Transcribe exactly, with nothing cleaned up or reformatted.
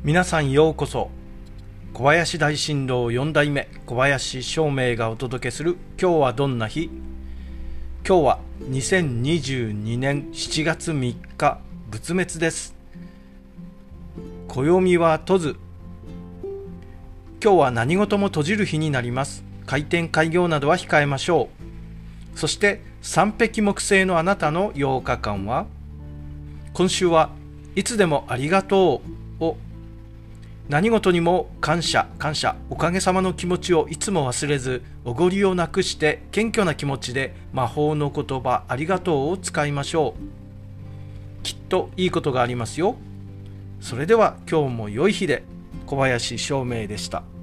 皆さんようこそ。小林大震動よん代目小林照明がお届けする今日はどんな日。今日はにせんにじゅうにねんしちがつみっか、仏滅です。暦は閉ず。今日は何事も閉じる日になります。開店開業などは控えましょう。そして三匹木星のあなたのようかかんは、今週はいつでもありがとうを、何事にも感謝感謝、おかげさまの気持ちをいつも忘れず、おごりをなくして謙虚な気持ちで魔法の言葉ありがとうを使いましょう。きっといいことがありますよ。それでは今日も良い日で。小林照明でした。